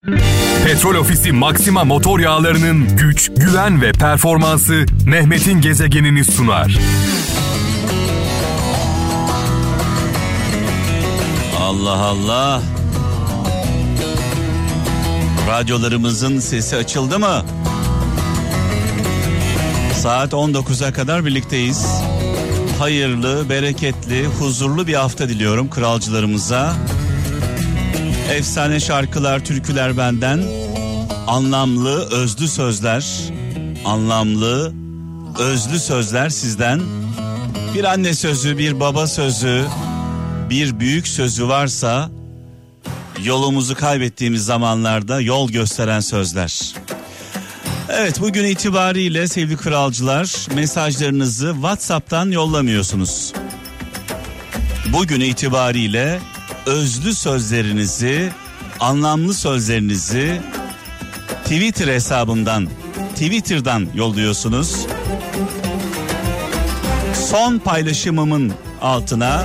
Petrol Ofisi Maxima motor yağlarının güç, güven ve performansı Mehmet'in gezegenini sunar. Allah Allah. Radyolarımızın sesi açıldı mı? Saat 19'a kadar birlikteyiz. Hayırlı, bereketli, huzurlu bir hafta diliyorum kralcılarımıza. Efsane şarkılar, türküler benden. Anlamlı, özlü sözler. Anlamlı, özlü sözler sizden. Bir anne sözü, bir baba sözü, bir büyük sözü varsa yolumuzu kaybettiğimiz zamanlarda yol gösteren sözler. Evet, bugün itibariyle sevgili kralcılar, mesajlarınızı WhatsApp'tan yollamıyorsunuz. Bugün itibariyle özlü sözlerinizi, anlamlı sözlerinizi Twitter hesabımdan, Twitter'dan yolluyorsunuz. Son paylaşımımın altına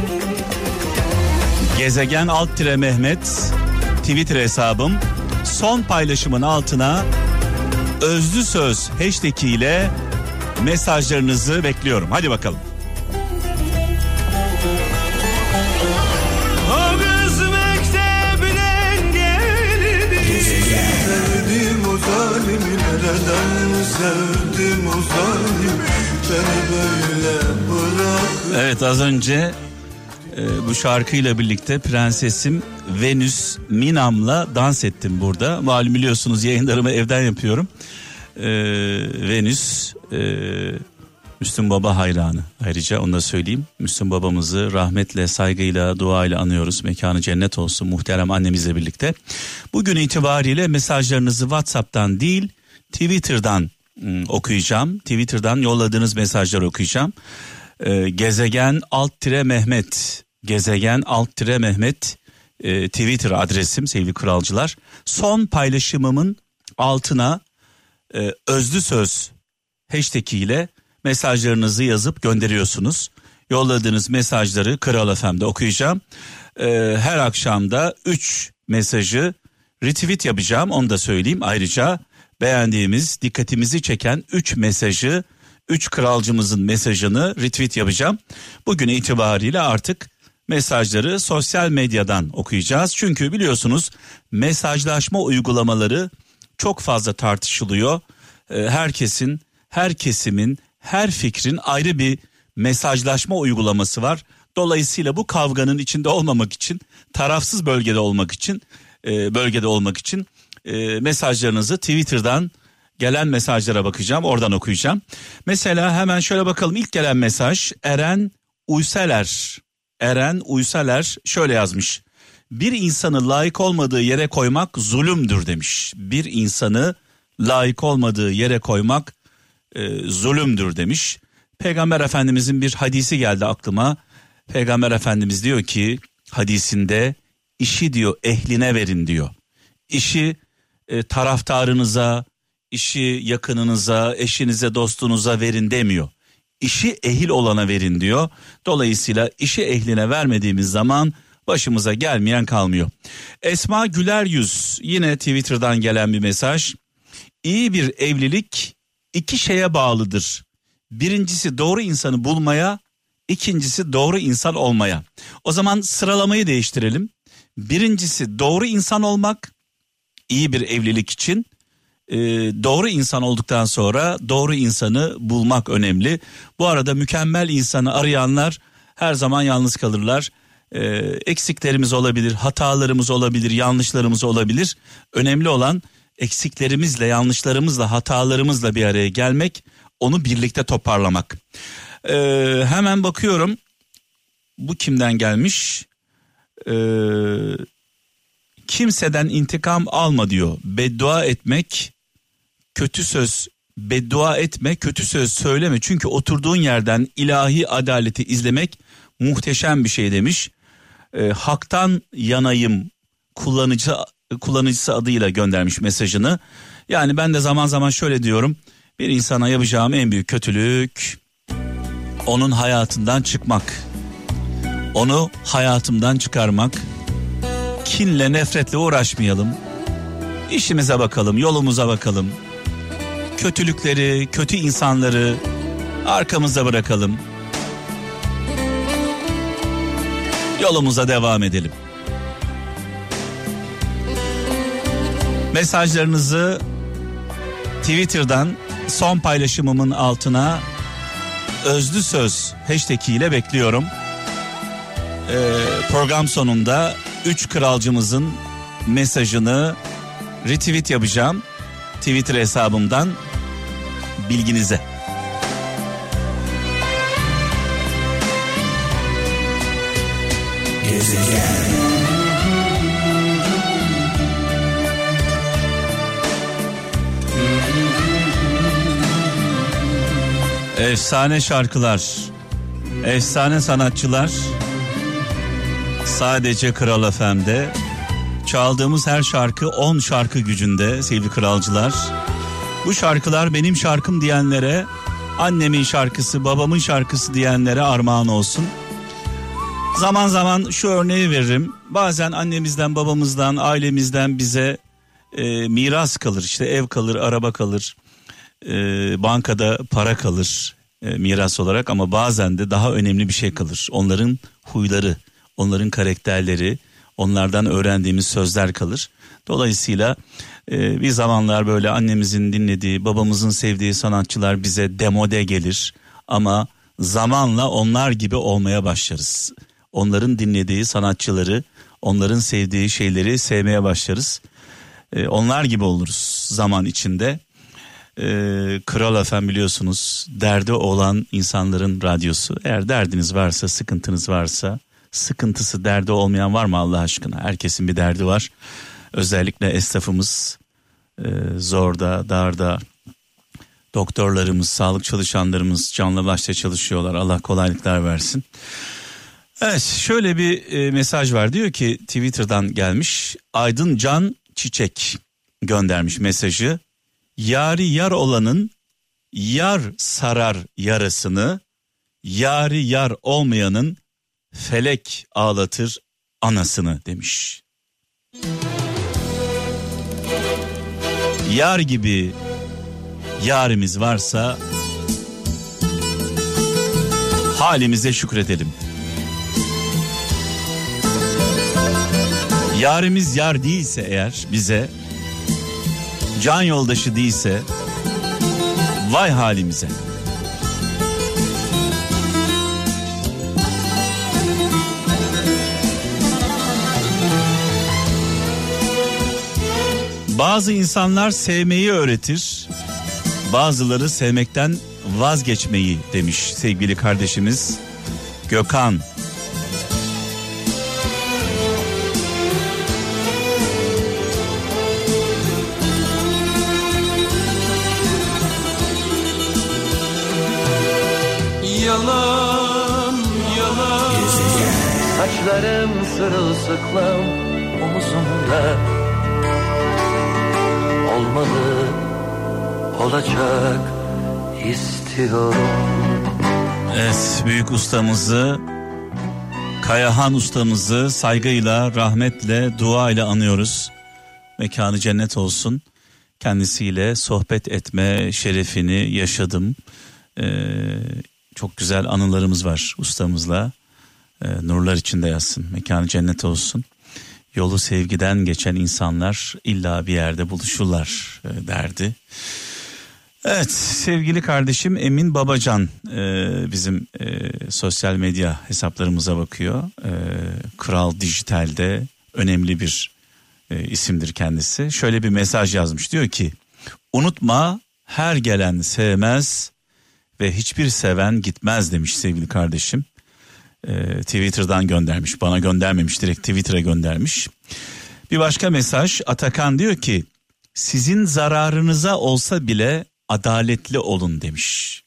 Gezegen_Mehmet Twitter hesabım. Son paylaşımın altına özlü söz hashtag ile mesajlarınızı bekliyorum. Hadi bakalım. Evet, az önce bu şarkıyla birlikte prensesim Venüs Minam'la dans ettim burada. Malum biliyorsunuz, yayınlarımı evden yapıyorum. Venüs Müslüm Baba hayranı. Ayrıca onu da söyleyeyim. Müslüm babamızı rahmetle, saygıyla, duayla anıyoruz. Mekanı cennet olsun muhterem annemizle birlikte. Bugün itibariyle mesajlarınızı WhatsApp'tan değil, Twitter'dan okuyacağım. Twitter'dan yolladığınız mesajları okuyacağım. Gezegen_Mehmet Gezegen_Mehmet Twitter adresim sevgili kralcılar. Son paylaşımımın altına özlü söz hashtag ile mesajlarınızı yazıp gönderiyorsunuz. Yolladığınız mesajları Kral FM'de okuyacağım. Her akşamda 3 mesajı retweet yapacağım, onu da söyleyeyim. Ayrıca beğendiğimiz, dikkatimizi çeken 3 mesajı, 3 kralcımızın mesajını retweet yapacağım. Bugün itibariyle artık mesajları sosyal medyadan okuyacağız. Çünkü biliyorsunuz mesajlaşma uygulamaları çok fazla tartışılıyor. Herkesin, her kesimin, her fikrin ayrı bir mesajlaşma uygulaması var. Dolayısıyla bu kavganın içinde olmamak için, tarafsız bölgede olmak için mesajlarınızı Twitter'dan gelen mesajlara bakacağım, oradan okuyacağım. Mesela hemen şöyle bakalım, ilk gelen mesaj Eren Uysaler şöyle yazmış. Bir insanı layık olmadığı yere koymak zulümdür demiş. Bir insanı layık olmadığı yere koymak zulümdür demiş. Peygamber Efendimizin bir hadisi geldi aklıma. Peygamber Efendimiz diyor ki hadisinde, işi diyor ehline verin diyor. İşi taraftarınıza, işi yakınınıza, eşinize, dostunuza verin demiyor. İşi ehil olana verin diyor. Dolayısıyla işi ehline vermediğimiz zaman başımıza gelmeyen kalmıyor. Esma Güler Yüz, yine Twitter'dan gelen bir mesaj. İyi bir evlilik 2 şeye bağlıdır. Birincisi doğru insanı bulmaya, ikincisi doğru insan olmaya. O zaman sıralamayı değiştirelim. Birincisi doğru insan olmak, iyi bir evlilik için. Doğru insan olduktan sonra doğru insanı bulmak önemli. Bu arada mükemmel insanı arayanlar her zaman yalnız kalırlar. Eksiklerimiz olabilir, hatalarımız olabilir, yanlışlarımız olabilir. Önemli olan eksiklerimizle, yanlışlarımızla, hatalarımızla bir araya gelmek, onu birlikte toparlamak. Hemen bakıyorum, bu kimden gelmiş? Kimseden intikam alma diyor. Beddua etmek, beddua etme, kötü söz söyleme. Çünkü oturduğun yerden ilahi adaleti izlemek muhteşem bir şey demiş. Haktan yanayım kullanıcısı adıyla göndermiş mesajını. Yani ben de zaman zaman şöyle diyorum. Bir insana yapacağım en büyük kötülük onun hayatından çıkmak. Onu hayatımdan çıkarmak. Kinle, nefretle uğraşmayalım. İşimize bakalım, yolumuza bakalım. Kötülükleri, kötü insanları arkamıza bırakalım. Yolumuza devam edelim. Mesajlarınızı Twitter'dan son paylaşımımın altına özlü söz hashtag ile bekliyorum. Program sonunda 3 kralcımızın mesajını retweet yapacağım Twitter hesabımdan, bilginize. Gezegen. Efsane şarkılar, efsane sanatçılar sadece Kral FM'de. Çaldığımız her şarkı 10 şarkı gücünde sevgili kralcılar. Bu şarkılar benim şarkım diyenlere, annemin şarkısı, babamın şarkısı diyenlere armağan olsun. Zaman zaman şu örneği veririm. Bazen annemizden, babamızdan, ailemizden bize miras kalır. İşte ev kalır, araba kalır, bankada para kalır miras olarak. Ama bazen de daha önemli bir şey kalır. Onların huyları, onların karakterleri, onlardan öğrendiğimiz sözler kalır. Dolayısıyla bir zamanlar böyle annemizin dinlediği, babamızın sevdiği sanatçılar bize demode gelir. Ama zamanla onlar gibi olmaya başlarız. Onların dinlediği sanatçıları, onların sevdiği şeyleri sevmeye başlarız. Onlar gibi oluruz zaman içinde. Kral FM biliyorsunuz, derdi olan insanların radyosu. Eğer derdiniz varsa, sıkıntınız varsa, sıkıntısı, derdi olmayan var mı Allah aşkına? Herkesin bir derdi var. Özellikle esnafımız zorda, darda, doktorlarımız, sağlık çalışanlarımız canla başla çalışıyorlar. Allah kolaylıklar versin. Evet, şöyle bir mesaj var, diyor ki Twitter'dan gelmiş. Aydın Can Çiçek göndermiş mesajı. Yari yar olanın yar sarar yarasını, yari yar olmayanın felek ağlatır anasını demiş. Yar gibi yarimiz varsa halimize şükredelim. Yarimiz yar değilse eğer, bize can yoldaşı değilse, vay halimize. Bazı insanlar sevmeyi öğretir, bazıları sevmekten vazgeçmeyi demiş sevgili kardeşimiz Gökhan. Yalan, yalan. Saçlarım sırılsıklam omuzumda. Olmalı, olacak istiyorum. Evet, büyük ustamızı, Kayahan ustamızı saygıyla, rahmetle, duayla anıyoruz. Mekanı cennet olsun. Kendisiyle sohbet etme şerefini yaşadım. Çok güzel anılarımız var ustamızla. Nurlar içinde yatsın. Mekanı cennet olsun. Yolu sevgiden geçen insanlar illa bir yerde buluşurlar derdi. Evet, sevgili kardeşim Emin Babacan bizim sosyal medya hesaplarımıza bakıyor. Kral Dijital'de önemli bir isimdir kendisi. Şöyle bir mesaj yazmış, diyor ki: unutma, her gelen sevmez ve hiçbir seven gitmez demiş sevgili kardeşim. Twitter'dan göndermiş, bana göndermemiş, direkt Twitter'a göndermiş. Bir başka mesaj, Atakan diyor ki: sizin zararınıza olsa bile adaletli olun demiş.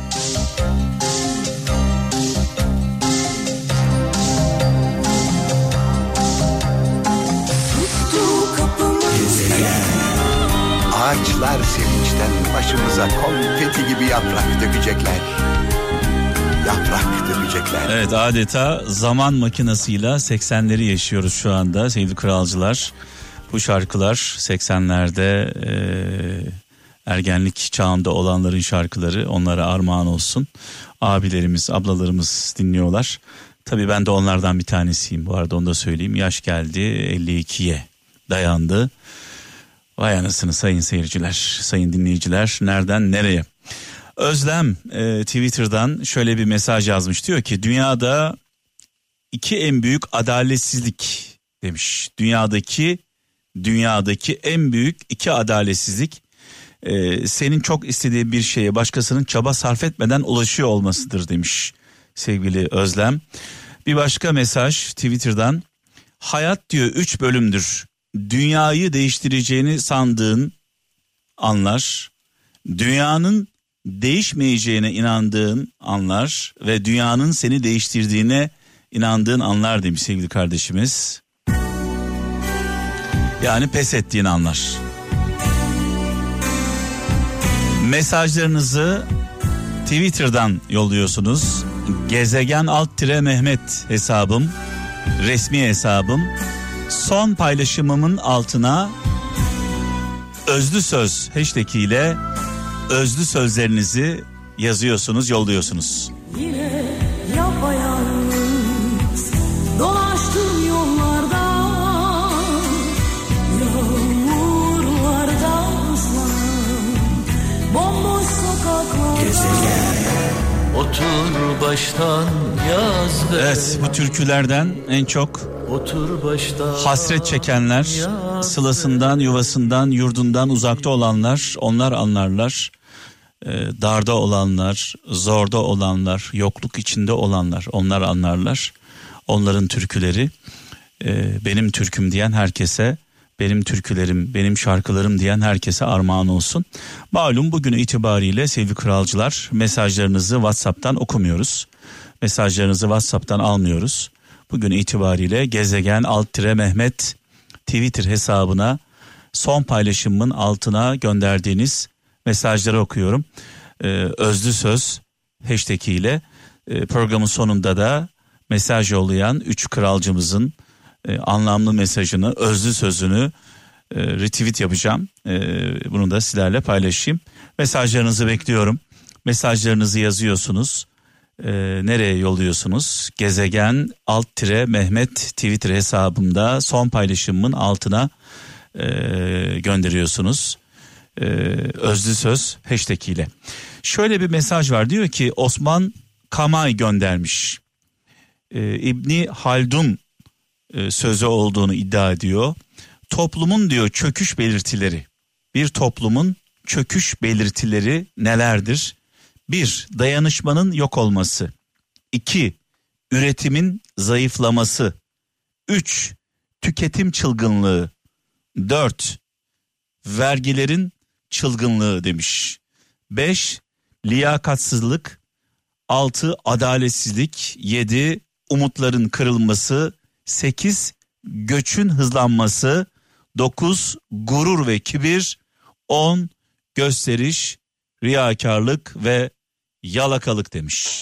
Ağaçlar sevinçten başımıza konfeti gibi yaprak dökecekler. Yaprak dökecekler. Evet, adeta zaman makinasıyla 80'leri yaşıyoruz şu anda sevgili kralcılar. Bu şarkılar 80'lerde ergenlik çağında olanların şarkıları, onlara armağan olsun. Abilerimiz, ablalarımız dinliyorlar. Tabii ben de onlardan bir tanesiyim. Bu arada onu da söyleyeyim. Yaş geldi 52'ye dayandı. Vay anasını sayın seyirciler, sayın dinleyiciler. Nereden nereye? Özlem Twitter'dan şöyle bir mesaj yazmış. Diyor ki dünyada iki en büyük adaletsizlik demiş. Dünyadaki en büyük iki adaletsizlik senin çok istediğin bir şeye başkasının çaba sarf etmeden ulaşıyor olmasıdır demiş sevgili Özlem. Bir başka mesaj Twitter'dan, hayat diyor 3 bölümdür. Dünyayı değiştireceğini sandığın anlar, dünyanın değişmeyeceğine inandığın anlar ve dünyanın seni değiştirdiğine inandığın anlar demiş sevgili kardeşimiz. Yani pes ettiğin anlar. Mesajlarınızı Twitter'dan yolluyorsunuz. Gezegen_Mehmet hesabım, resmi hesabım. Son paylaşımımın altına özlü söz hashtag ile özlü sözlerinizi yazıyorsunuz, yolluyorsunuz. Yine yapayalnız dolaştım yollarda, yağmurlarda ıslanım, bomboş sokaklarda. Otur baştan yaz be. Evet, bu türkülerden en çok hasret çekenler, sılasından, yuvasından, yurdundan uzakta olanlar, onlar anlarlar. Darda olanlar, zorda olanlar, yokluk içinde olanlar, onlar anlarlar. Onların türküleri benim türküm diyen herkese, benim türkülerim, benim şarkılarım diyen herkese armağan olsun. Malum bugün itibariyle sevgili kralcılar, mesajlarınızı WhatsApp'tan okumuyoruz. Mesajlarınızı WhatsApp'tan almıyoruz. Bugün itibariyle Gezegen_Mehmet Twitter hesabına son paylaşımın altına gönderdiğiniz mesajları okuyorum. Özlü söz hashtag ile programın sonunda da mesaj yollayan 3 kralcımızın anlamlı mesajını, özlü sözünü retweet yapacağım. Bunu da sizlerle paylaşayım. Mesajlarınızı bekliyorum. Mesajlarınızı yazıyorsunuz. Nereye yolluyorsunuz? Gezegen_Mehmet Twitter hesabımda son paylaşımın altına gönderiyorsunuz. Özlü söz hashtag ile. Şöyle bir mesaj var, diyor ki Osman Kamay göndermiş. İbni Haldun sözü olduğunu iddia ediyor. Toplumun diyor çöküş belirtileri. Bir toplumun çöküş belirtileri nelerdir? 1. Dayanışmanın yok olması. 2. Üretimin zayıflaması. 3. Tüketim çılgınlığı. 4. Vergilerin çılgınlığı demiş. 5. Liyakatsızlık. 6. Adaletsizlik. 7. Umutların kırılması. 8. Göçün hızlanması. 9. Gurur ve kibir. 10. Gösteriş, riyakarlık ve yalakalık demiş.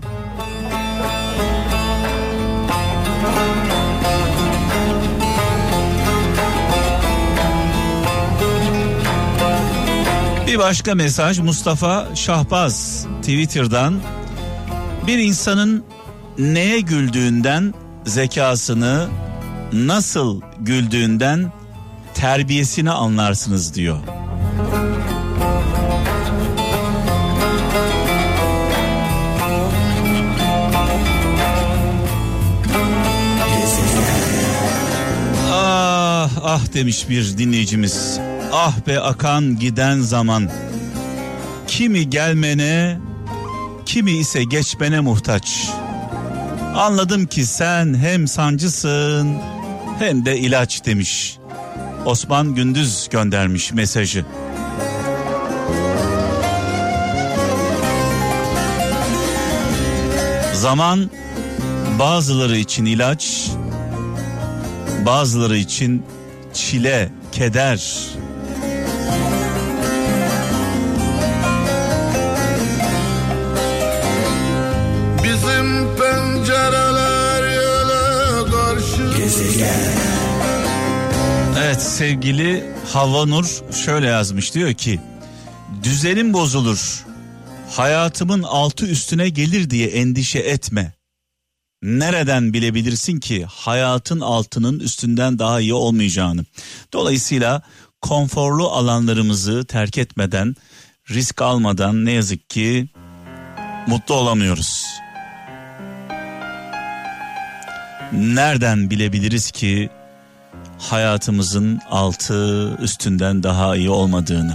Bir başka mesaj Mustafa Şahbaz Twitter'dan. Bir insanın neye güldüğünden zekasını, nasıl güldüğünden terbiyesini anlarsınız diyor. Ah demiş bir dinleyicimiz. Ah be akan giden zaman. Kimi gelmene, kimi ise geçmene muhtaç. Anladım ki sen hem sancısın hem de ilaç demiş. Osman Gündüz göndermiş mesajı. Zaman bazıları için ilaç, bazıları için çile, keder. Bizim pencereler yele karşı. Gezegen. Evet, sevgili Havanur şöyle yazmış, diyor ki düzenim bozulur, hayatımın altı üstüne gelir diye endişe etme. Nereden bilebilirsin ki hayatın altının üstünden daha iyi olmayacağını. Dolayısıyla konforlu alanlarımızı terk etmeden, risk almadan ne yazık ki mutlu olamıyoruz. Nereden bilebiliriz ki hayatımızın altı üstünden daha iyi olmadığını.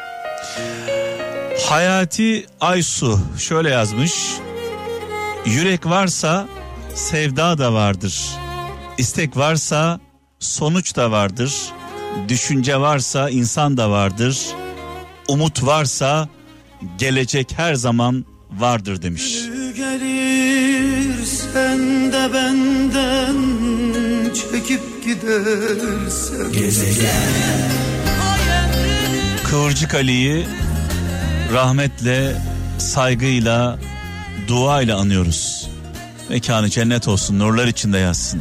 Hayati Aysu şöyle yazmış: yürek varsa sevda da vardır, istek varsa sonuç da vardır, düşünce varsa insan da vardır, umut varsa gelecek her zaman vardır demiş. Gelir sen de benden çekip gidersen gezegen. Kıvırcık Ali'yi rahmetle, saygıyla, duayla anıyoruz. Mekanı cennet olsun, nurlar içinde yatsın.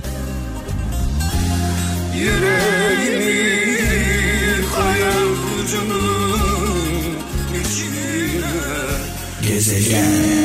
Yüreğimi hayal ucunun içine gezegen.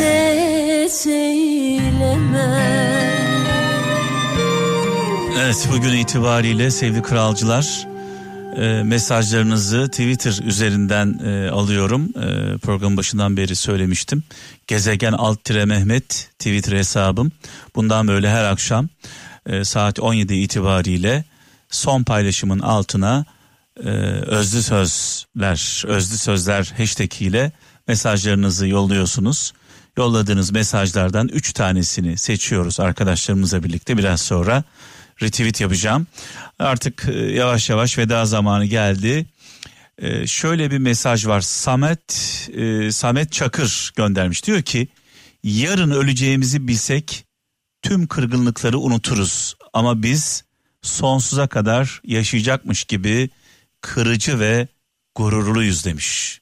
Evet, bugün itibariyle sevgili kralcılar, mesajlarınızı Twitter üzerinden alıyorum. Programın başından beri söylemiştim. Gezegen _Mehmet Twitter hesabım. Bundan böyle her akşam saat 17 itibariyle son paylaşımın altına özlü sözler hashtag ile mesajlarınızı yolluyorsunuz. Yolladığınız mesajlardan 3 tanesini seçiyoruz arkadaşlarımızla birlikte. Biraz sonra retweet yapacağım. Artık yavaş yavaş veda zamanı geldi. Şöyle bir mesaj var. Samet Çakır göndermiş. Diyor ki yarın öleceğimizi bilsek tüm kırgınlıkları unuturuz. Ama biz sonsuza kadar yaşayacakmış gibi kırıcı ve gururluyuz demiş.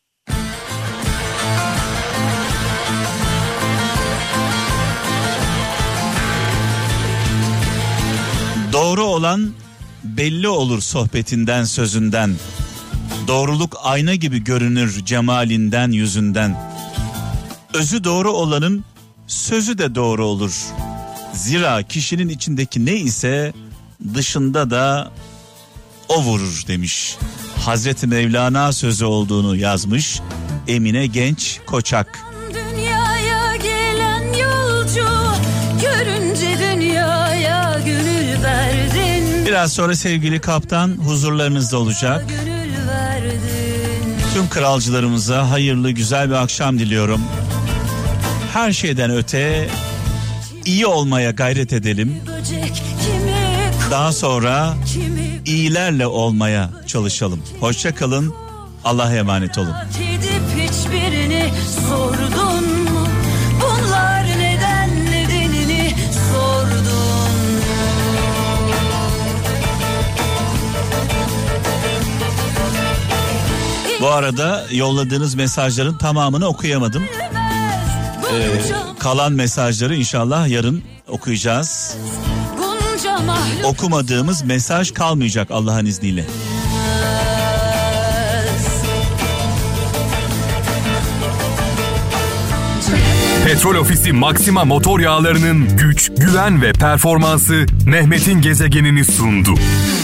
Doğru olan belli olur sohbetinden, sözünden. Doğruluk ayna gibi görünür cemalinden, yüzünden. Özü doğru olanın sözü de doğru olur. Zira kişinin içindeki ne ise dışında da o vurur demiş. Hazreti Mevlana sözü olduğunu yazmış Emine Genç Koçak. Dünyaya gelen yolcu görünce dünyaya gönül verdin. Biraz sonra sevgili kaptan huzurlarınızda olacak. Gönül verdin. Tüm kralcılarımıza hayırlı güzel bir akşam diliyorum. Her şeyden öte iyi olmaya gayret edelim. Böcek kimi Daha sonra kimi iyilerle olmaya çalışalım. Hoşça kalın. Allah'a emanet olun. gidip hiçbirini sordun mu? Bunlar neden, nedenini sordun mu? Bu arada yolladığınız mesajların tamamını okuyamadım. Kalan mesajları inşallah yarın okuyacağız. Bunca mahluk Okumadığımız mesaj kalmayacak Allah'ın izniyle. Petrol Ofisi Maxima motor yağlarının güç, güven ve performansı Mehmet'in gezegenini sundu.